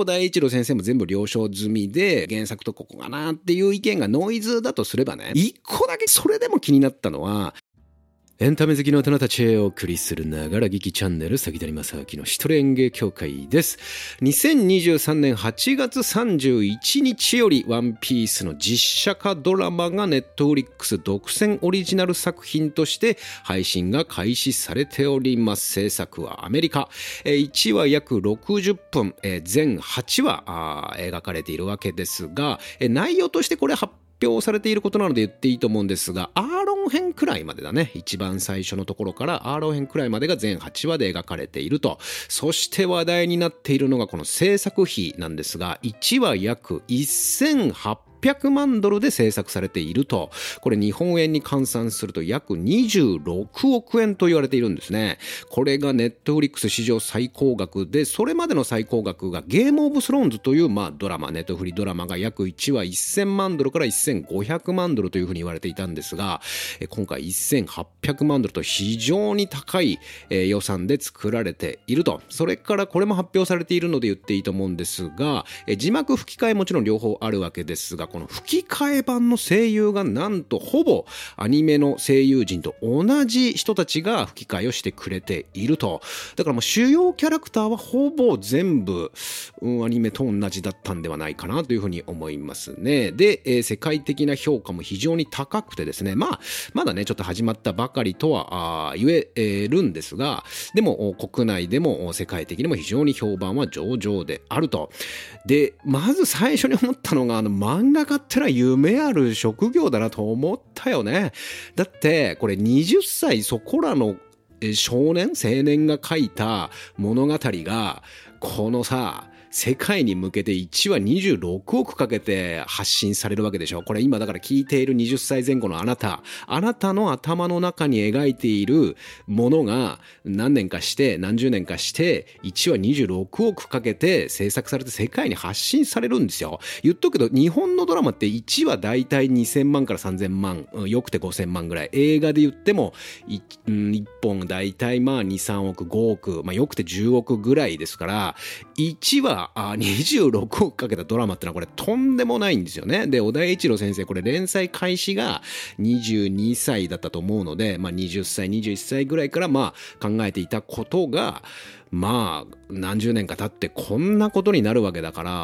小田栄一郎先生も全部了承済みで、原作とここかなっていう意見がノイズだとすればね、一個だけそれでも気になったのは、エンタメ好きの大人たちへお送りするながら劇チャンネル、崎谷正明の一人演芸協会です。2023年8月31日よりワンピースの実写化ドラマがネットフリックス独占オリジナル作品として配信が開始されております。制作はアメリカ。1話約60分、全8話描かれているわけですが、内容としてこれ発表されていることなので言っていいと思うんですが、アーロン編くらいまでだね。一番最初のところからアーロン編くらいまでが全8話で描かれていると。そして話題になっているのがこの制作費なんですが、1話約1800万ドルで制作されていると。これ日本円に換算すると約26億円と言われているんですね。これがネットフリックス史上最高額で、それまでの最高額がゲームオブスローンズというドラマ、ネットフリドラマが約1話1000万ドルから1500万ドルというふうに言われていたんですが、今回1800万ドルと非常に高い予算で作られていると。それからこれも発表されているので言っていいと思うんですが、字幕吹き替えもちろん両方あるわけですが、この吹き替え版の声優がなんとほぼアニメの声優陣と同じ人たちが吹き替えをしてくれていると。だからもう主要キャラクターはほぼ全部、アニメと同じだったんではないかなというふうに思いますね。で、世界的な評価も非常に高くてですね、まだねちょっと始まったばかりとは言えるんですが、でも国内でも世界的にも非常に評判は上々であると。で、まず最初に思ったのが、漫画家ってのは夢ある職業だなと思ったよね。だってこれ20歳そこらの少年青年が書いた物語がこのさ、世界に向けて1話26億かけて発信されるわけでしょ。これ今だから聞いている20歳前後のあなたの頭の中に描いているものが何年かして何十年かして1話26億かけて制作されて世界に発信されるんですよ。言っとくけど日本のドラマって1話だいたい2000万から3000万、よくて5000万ぐらい。映画で言っても 1本だいたい2、3億5億、よくて10億ぐらいですから、1話26億かけたドラマってのはこれとんでもないんですよね。で、小田栄一郎先生これ連載開始が22歳だったと思うので、20歳21歳ぐらいから考えていたことが何十年か経ってこんなことになるわけだから、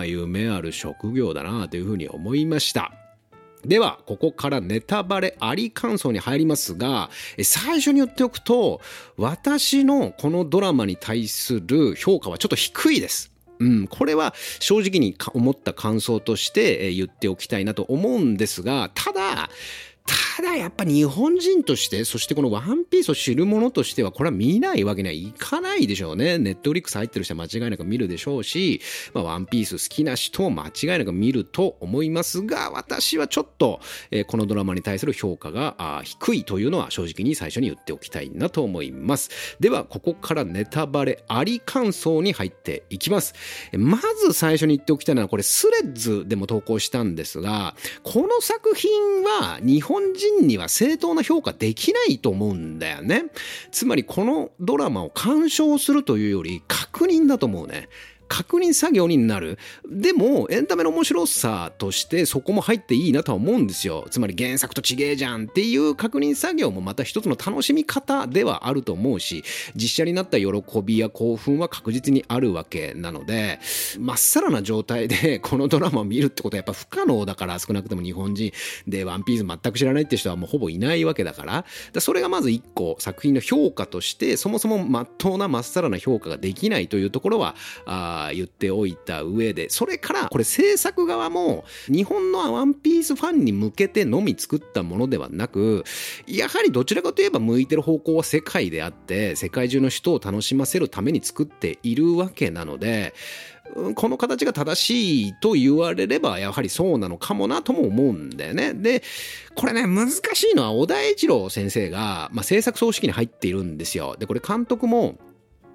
夢ある職業だなというふうに思いました。ではここからネタバレあり感想に入りますが、最初に言っておくと、私のこのドラマに対する評価はちょっと低いです。これは正直に思った感想として言っておきたいなと思うんですが、ただやっぱ日本人として、そしてこのワンピースを知る者としてはこれは見ないわけにはいかないでしょうね。ネットフリックス入ってる人は間違いなく見るでしょうし、ワンピース好きな人も間違いなく見ると思いますが、私はちょっとこのドラマに対する評価が低いというのは正直に最初に言っておきたいなと思います。ではここからネタバレあり感想に入っていきます。まず最初に言っておきたいのは、これスレッズでも投稿したんですが、この作品は日本人には正当な評価できないと思うんだよね。つまりこのドラマを鑑賞するというより確認だと思うね。確認作業になる。でもエンタメの面白さとしてそこも入っていいなとは思うんですよ。つまり原作と違えじゃんっていう確認作業もまた一つの楽しみ方ではあると思うし、実写になった喜びや興奮は確実にあるわけなので、まっさらな状態でこのドラマを見るってことはやっぱ不可能だから、少なくとも日本人でワンピース全く知らないって人はもうほぼいないわけだから、それがまず一個作品の評価として、そもそも真っ当なまっさらな評価ができないというところは言っておいた上で、それからこれ制作側も日本のワンピースファンに向けてのみ作ったものではなく、やはりどちらかといえば向いてる方向は世界であって、世界中の人を楽しませるために作っているわけなので、この形が正しいと言われればやはりそうなのかもなとも思うんだよね。で、これね、難しいのは小田栄一郎先生が、制作総指揮に入っているんですよ。で、これ監督も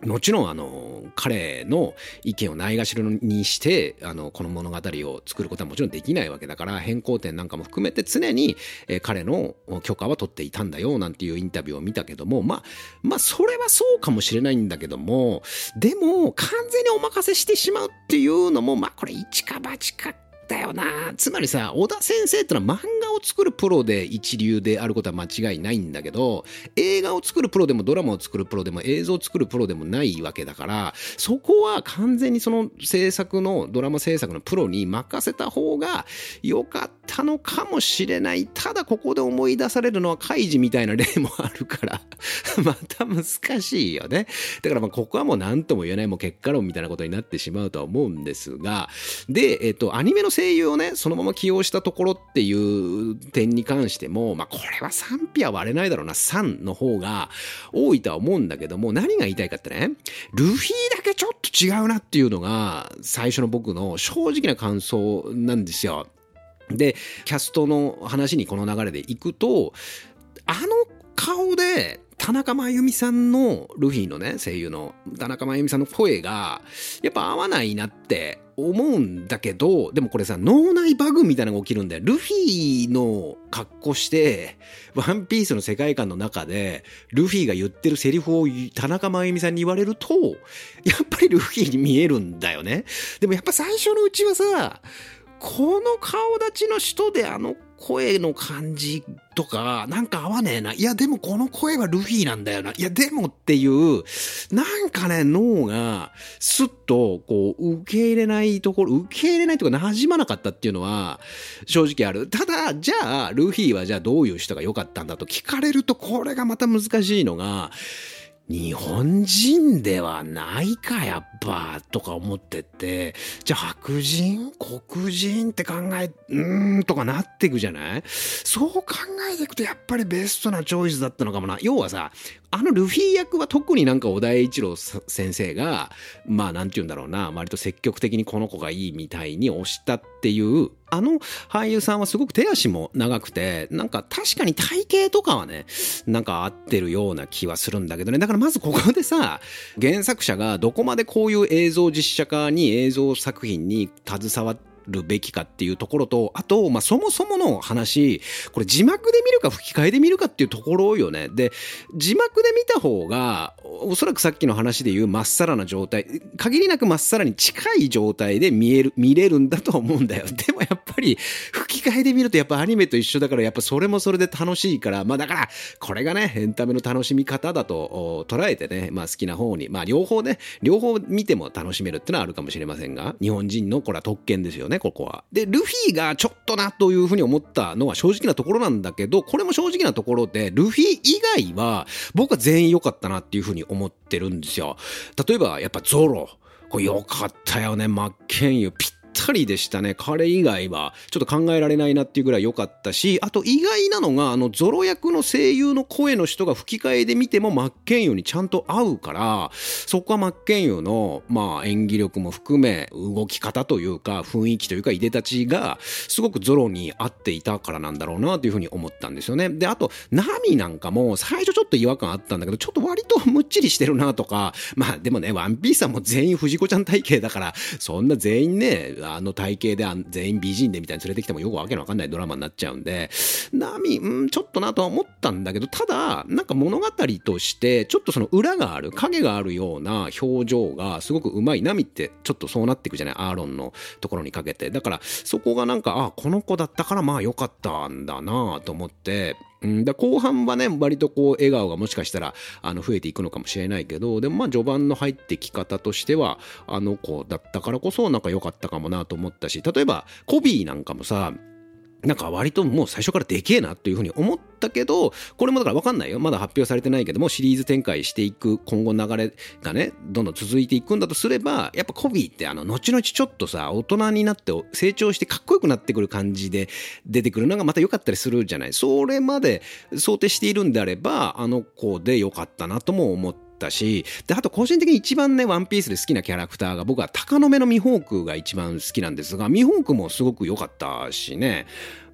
もちろん彼の意見をないがしろにしてこの物語を作ることはもちろんできないわけだから、変更点なんかも含めて常に、彼の許可は取っていたんだよなんていうインタビューを見たけども、まあそれはそうかもしれないんだけども、でも完全にお任せしてしまうっていうのもこれ一か八かだよな。つまりさ、小田先生ってのは漫画を作るプロで一流であることは間違いないんだけど、映画を作るプロでもドラマを作るプロでも映像を作るプロでもないわけだから、そこは完全にそのドラマ制作のプロに任せた方が良かったのかもしれない。ただここで思い出されるのはカイジみたいな例もあるからまた難しいよね。だからここはもう何とも言えない、もう結果論みたいなことになってしまうとは思うんですが、で、アニメの声優をねそのまま起用したところっていう点に関しても、これは賛否は割れないだろうな、3の方が多いとは思うんだけども、何が言いたいかってね、ルフィだけちょっと違うなっていうのが最初の僕の正直な感想なんですよ。で、キャストの話にこの流れでいくと、顔で田中真由美さんのルフィのね、声優の田中真由美さんの声がやっぱ合わないなって思うんだけど、でもこれさ、脳内バグみたいなのが起きるんだよ。ルフィの格好してワンピースの世界観の中でルフィが言ってるセリフを田中真由美さんに言われると、やっぱりルフィに見えるんだよね。でもやっぱ最初のうちはさ、この顔立ちの人で声の感じとかなんか合わねえな、いやでもこの声はルフィなんだよな、いやでもっていうなんかね、脳がスッとこう受け入れないとか馴染まなかったっていうのは正直ある。ただじゃあルフィはじゃあどういう人が良かったんだと聞かれると、これがまた難しいのが、日本人ではないかやっぱとか思ってて、じゃあ白人黒人って考えとかなっていくじゃない。そう考えていくとやっぱりベストなチョイスだったのかもな。要はさ、ルフィ役は特になんか小田栄一郎先生がなんて言うんだろうな、割と積極的にこの子がいいみたいに推したっていう俳優さんはすごく手足も長くて、なんか確かに体型とかはねなんか合ってるような気はするんだけどね。だからまずここでさ、原作者がどこまでこういう映像実写化に映像作品に携わってるべきかっていうところと、あと、そもそもの話、これ字幕で見るか吹き替えで見るかっていうところよね。で、字幕で見た方がおそらくさっきの話でいうまっさらな状態、限りなくまっさらに近い状態で見れるんだと思うんだよ。でもやっぱり吹き替えで見るとやっぱアニメと一緒だから、やっぱそれもそれで楽しいから、だからこれがねエンタメの楽しみ方だと捉えてね、好きな方に両方見ても楽しめるってのはあるかもしれませんが、日本人のこれは特権ですよね、ここは。で、ルフィがちょっとなというふうに思ったのは正直なところなんだけど、これも正直なところで、ルフィ以外は僕は全員良かったなっていうふうに思ってるんですよ。例えばやっぱゾロ、これ良かったよね。真剣佑ぴったりでしたね。彼以外はちょっと考えられないなっていうぐらい良かったし、あと意外なのがゾロ役の声優の声の人が吹き替えで見ても真剣佑にちゃんと合うから、そこは真剣佑の演技力も含め動き方というか雰囲気というかいでたちがすごくゾロに合っていたからなんだろうなというふうに思ったんですよね。で、あとナミなんかも最初ちょっと違和感あったんだけど、ちょっと割とむっちりしてるなとか、でもね、ワンピースはもう全員藤子ちゃん体型だから、そんな全員ね体型で全員美人でみたいに連れてきてもよくわけのわかんないドラマになっちゃうんで、ナミちょっとなとは思ったんだけど、ただなんか物語としてちょっとその裏がある影があるような表情がすごくうまい。ナミってちょっとそうなっていくじゃない、アーロンのところにかけて。だからそこがなんかこの子だったから良かったんだなと思って、後半はね割とこう笑顔がもしかしたら増えていくのかもしれないけど、でも序盤の入ってき方としては子だったからこそなんか良かったかもなと思ったし、例えばコビーなんかもさ、なんか割ともう最初からでけえなというふうに思ったけど、これもだから分かんないよ、まだ発表されてないけども、シリーズ展開していく今後の流れがねどんどん続いていくんだとすれば、やっぱコビーって後々ちょっとさ大人になって成長してかっこよくなってくる感じで出てくるのがまた良かったりするじゃない。それまで想定しているんであれば子で良かったなとも思ってし、であと個人的に一番ねワンピースで好きなキャラクターが、僕は鷹の目のミホークが一番好きなんですが、ミホークもすごく良かったしね。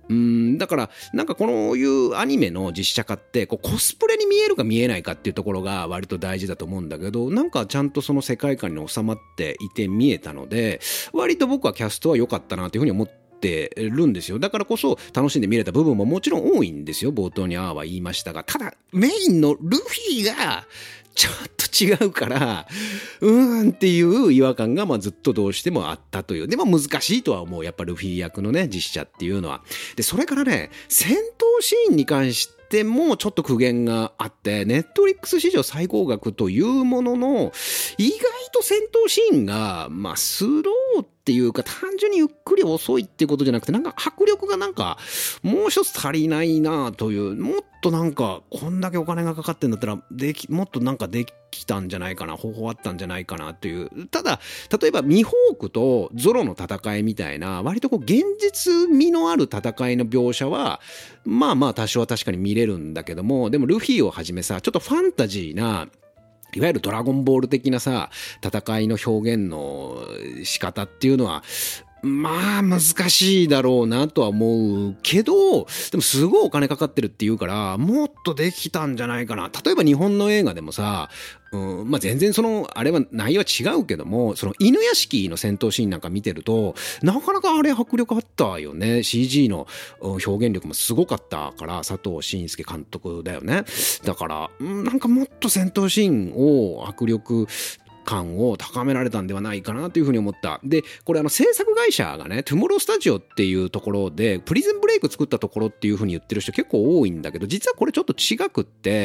だからなんかこのいうアニメの実写化ってこうコスプレに見えるか見えないかっていうところが割と大事だと思うんだけど、なんかちゃんとその世界観に収まっていて見えたので、割と僕はキャストは良かったなというふうに思ってるんですよ。だからこそ楽しんで見れた部分ももちろん多いんですよ。冒頭には言いましたが、ただメインのルフィがちょっと違うからっていう違和感がずっとどうしてもあったという。でも難しいとは思う、やっぱルフィ役のね実写っていうのは。でそれからね、戦闘シーンに関してもちょっと苦言があって、ネットフリックス史上最高額というものの、意外と戦闘シーンがスローっていうか、単純にゆっくり遅いっていうことじゃなくて、なんか迫力がなんかもう一つ足りないなという。もっとなんかこんだけお金がかかってんだったらもっとなんかできたんじゃないかな、方法あったんじゃないかなという。ただ例えばミホークとゾロの戦いみたいな割とこう現実味のある戦いの描写は多少は確かに見れるんだけども、でもルフィをはじめさ、ちょっとファンタジーないわゆるドラゴンボール的なさ戦いの表現の仕方っていうのは難しいだろうなとは思うけど、でもすごいお金かかってるっていうからもっとできたんじゃないかな。例えば日本の映画でもさ、全然そのあれは内容は違うけども、その犬屋敷の戦闘シーンなんか見てるとなかなかあれ迫力あったよね。 CG の表現力もすごかったから、佐藤慎介監督だよね。だからなんかもっと戦闘シーンを迫力感を高められたんではないかなというふうに思った。でこれ制作会社がね、トゥモロースタジオっていうところでプリズンブレイク作ったところっていうふうに言ってる人結構多いんだけど、実はこれちょっと違くって、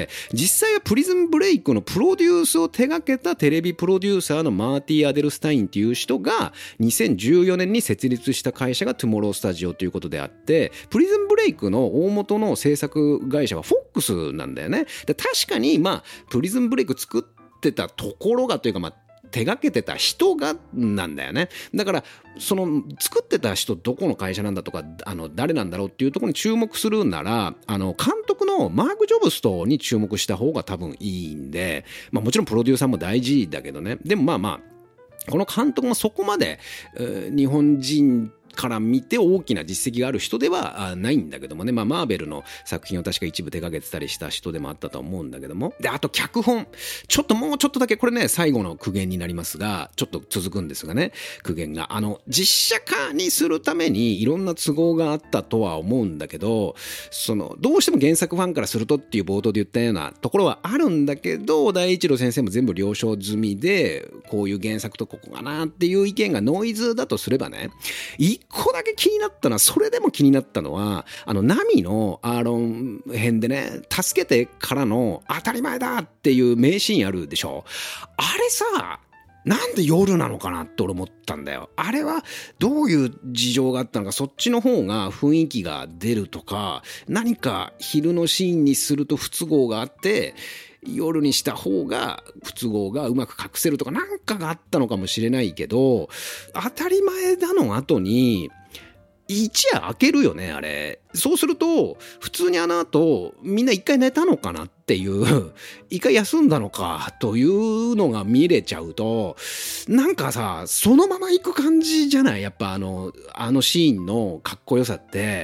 実際はプリズンブレイクのプロデュースを手掛けたテレビプロデューサーのマーティ・アデルスタインっていう人が2014年に設立した会社がトゥモロースタジオということであって、プリズンブレイクの大元の制作会社はフォックスなんだよね。で確かにプリズンブレイク作ってたところがというか手がけてた人がなんだよね。だからその作ってた人どこの会社なんだとか誰なんだろうっていうところに注目するなら監督のマーク・ジョブストに注目した方が多分いいんで、もちろんプロデューサーも大事だけどね。でもこの監督もそこまで日本人から見て大きな実績がある人ではないんだけどもね。マーベルの作品を確か一部手掛けてたりした人でもあったと思うんだけども。であと脚本、もうちょっとだけこれね最後の苦言になりますが、ちょっと続くんですがね、苦言が実写化にするためにいろんな都合があったとは思うんだけど、どうしても原作ファンからするとっていう冒頭で言ったようなところはあるんだけど、大一郎先生も全部了承済みで、こういう原作とここかなっていう意見がノイズだとすればね、一個だけ気になったのは、それでも気になったのはナミのアーロン編でね、助けてからの当たり前だっていう名シーンあるでしょ。あれさ、なんで夜なのかなって俺思ったんだよ。あれはどういう事情があったのか、そっちの方が雰囲気が出るとか、何か昼のシーンにすると不都合があって夜にした方が不都合がうまく隠せるとか、なんかがあったのかもしれないけど、当たり前だの後に一夜明けるよね、あれ。そうすると普通に後みんな一回寝たのかなっていう一回休んだのかというのが見れちゃうと、なんかさ、そのまま行く感じじゃない。やっぱあのシーンのかっこよさって、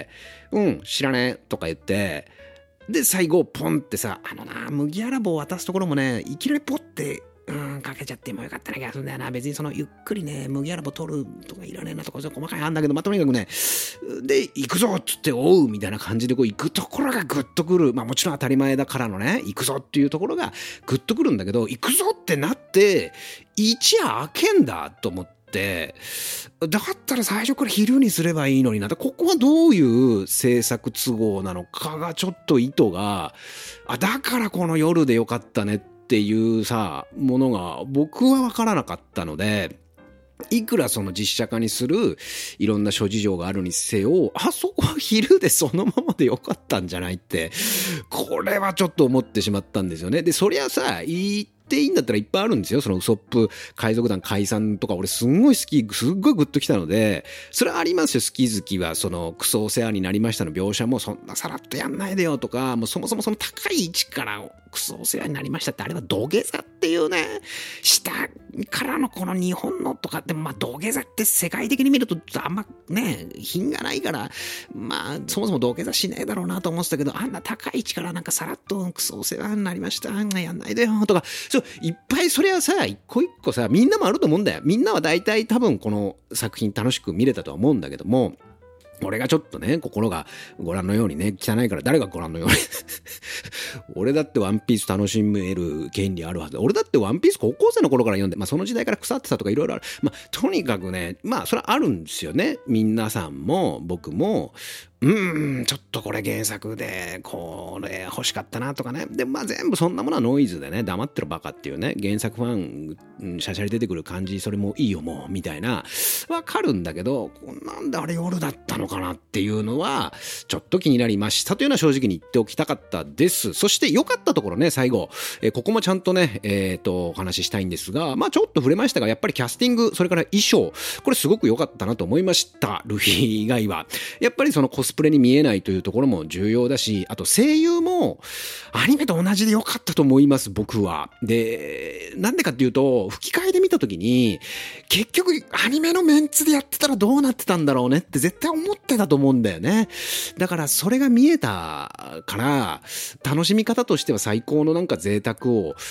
知らねえとか言ってで最後ポンってさ、麦わら帽を渡すところもね、いきなりポッてかけちゃってもよかったな気がするんだよな。別にそのゆっくりね麦わら帽取るとかいらねえなとか、細かいあんだけど、とにかくね、で行くぞっつって追うみたいな感じでこう行くところがグッとくる。もちろん当たり前だからのね、行くぞっていうところがグッとくるんだけど、行くぞってなって一夜明けんだと思って、だったら最初から昼にすればいいのにな。ここはどういう制作都合なのかがちょっと意図が、だからこの夜でよかったねっていうさものが僕は分からなかったので、いくらその実写化にするいろんな諸事情があるにせよ、そこは昼でそのままでよかったんじゃないって、これはちょっと思ってしまったんですよね。でそりゃさ、言っっていいんだったらいっぱいあるんですよ。そのウソップ海賊団解散とか俺すんごい好き、すっごいグッときたので、それはありますよ。好き好きはそのクソお世話になりましたの描写もそんなさらっとやんないでよとか、もうそもそもその高い位置からクソお世話になりましたってあれは土下座っていうね、下からのこの日本のとかって土下座って世界的に見るとあんまね品がないから、そもそも土下座しねえだろうなと思ってたけど、あんな高い位置からなんかさらっとクソお世話になりましたやんないでよとか、いっぱいそれはさ一個一個さみんなもあると思うんだよ。みんなは大体多分この作品楽しく見れたとは思うんだけども、俺がちょっとね心がご覧のようにね汚いから、誰がご覧のように俺だってワンピース楽しめる権利あるはず。俺だってワンピース高校生の頃から読んで、その時代から腐ってたとかいろいろある。とにかくねそれはあるんですよね。皆さんも僕もちょっとこれ原作でこれ欲しかったなとかね。で全部そんなものはノイズでね、黙ってるバカっていうね、原作ファンシャシャリ出てくる感じ、それもいいよもうみたいなわかるんだけど、なんであれ夜だったのかなっていうのはちょっと気になりましたというのは正直に言っておきたかったです。そして良かったところね、最後、ここもちゃんとねお話ししたいんですが、ちょっと触れましたが、やっぱりキャスティング、それから衣装、これすごく良かったなと思いました。ルフィ以外はやっぱりそのコスプレに見えないというところも重要だし、あと声優もアニメと同じで良かったと思います、僕は。で、なんでかっていうと、吹き替えで見た時に結局アニメのメンツでやってたらどうなってたんだろうねって絶対思ってたと思うんだよね。だからそれが見えたから楽しみ方としては最高のなんか贅沢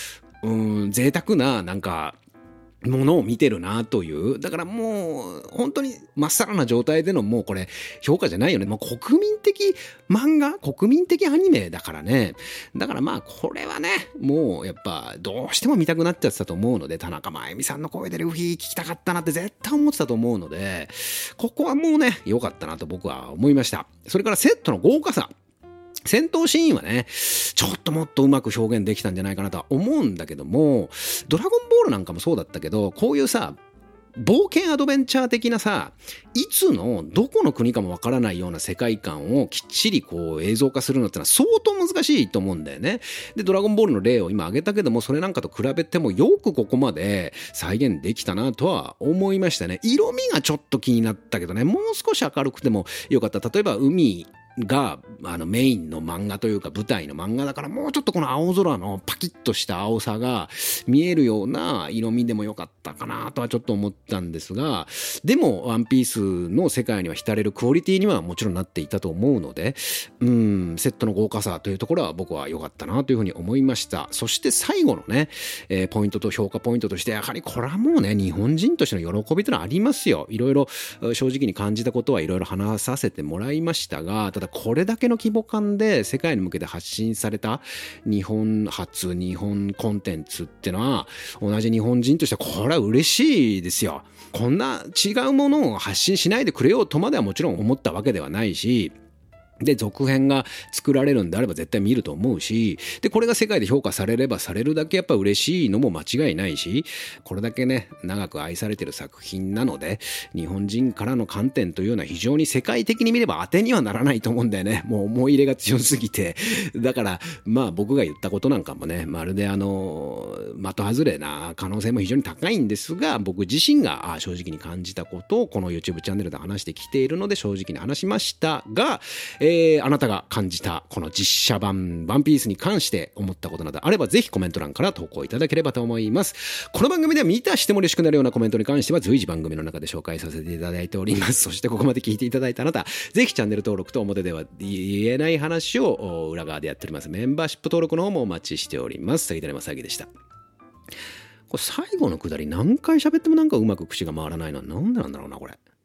ななんかものを見てるなという。だからもう本当にまっさらな状態でのもうこれ評価じゃないよね。もう国民的漫画、国民的アニメだからね。だからこれはね、もうやっぱどうしても見たくなっちゃってたと思うので、田中真由美さんの声でルフィ聞きたかったなって絶対思ってたと思うので、ここはもうね良かったなと僕は思いました。それからセットの豪華さ、戦闘シーンはねちょっともっとうまく表現できたんじゃないかなとは思うんだけども、ドラゴンボールなんかもそうだったけど、こういうさ冒険アドベンチャー的なさ、いつのどこの国かもわからないような世界観をきっちりこう映像化するのってのは相当難しいと思うんだよね。で、ドラゴンボールの例を今挙げたけども、それなんかと比べてもよくここまで再現できたなとは思いましたね。色味がちょっと気になったけどね、もう少し明るくてもよかった。例えば海がメインの漫画というか舞台の漫画だから、もうちょっとこの青空のパキッとした青さが見えるような色味でもよかったかなとはちょっと思ったんですが、でもワンピースの世界には浸れるクオリティにはもちろんなっていたと思うので、セットの豪華さというところは僕は良かったなというふうに思いました。そして最後のね、ポイントと評価ポイントとして、やはりこれはもうね日本人としての喜びというのはありますよ。いろいろ正直に感じたことはいろいろ話させてもらいましたが、ただこれだけの規模感で世界に向けて発信された日本発日本コンテンツってのは、同じ日本人としてはこれは嬉しいですよ。こんな違うものを発信しないでくれようとまではもちろん思ったわけではないし、で続編が作られるんであれば絶対見ると思うし、でこれが世界で評価されればされるだけやっぱ嬉しいのも間違いないし、これだけね長く愛されてる作品なので、日本人からの観点というのは非常に世界的に見れば当てにはならないと思うんだよね。もう思い入れが強すぎて、だから僕が言ったことなんかもね、まるで的外れな可能性も非常に高いんですが、僕自身が正直に感じたことをこの YouTube チャンネルで話してきているので正直に話しましたが、あなたが感じたこの実写版ワンピースに関して思ったことなどあれば、ぜひコメント欄から投稿いただければと思います。この番組では見たしても嬉しくなるようなコメントに関しては随時番組の中で紹介させていただいております。そしてここまで聞いていただいたあなた、ぜひチャンネル登録と表では言えない話を裏側でやっておりますメンバーシップ登録の方もお待ちしております。杉谷正樹でした。これ最後のくだり何回喋ってもなんかうまく口が回らないのはなんでなんだろうなこれ。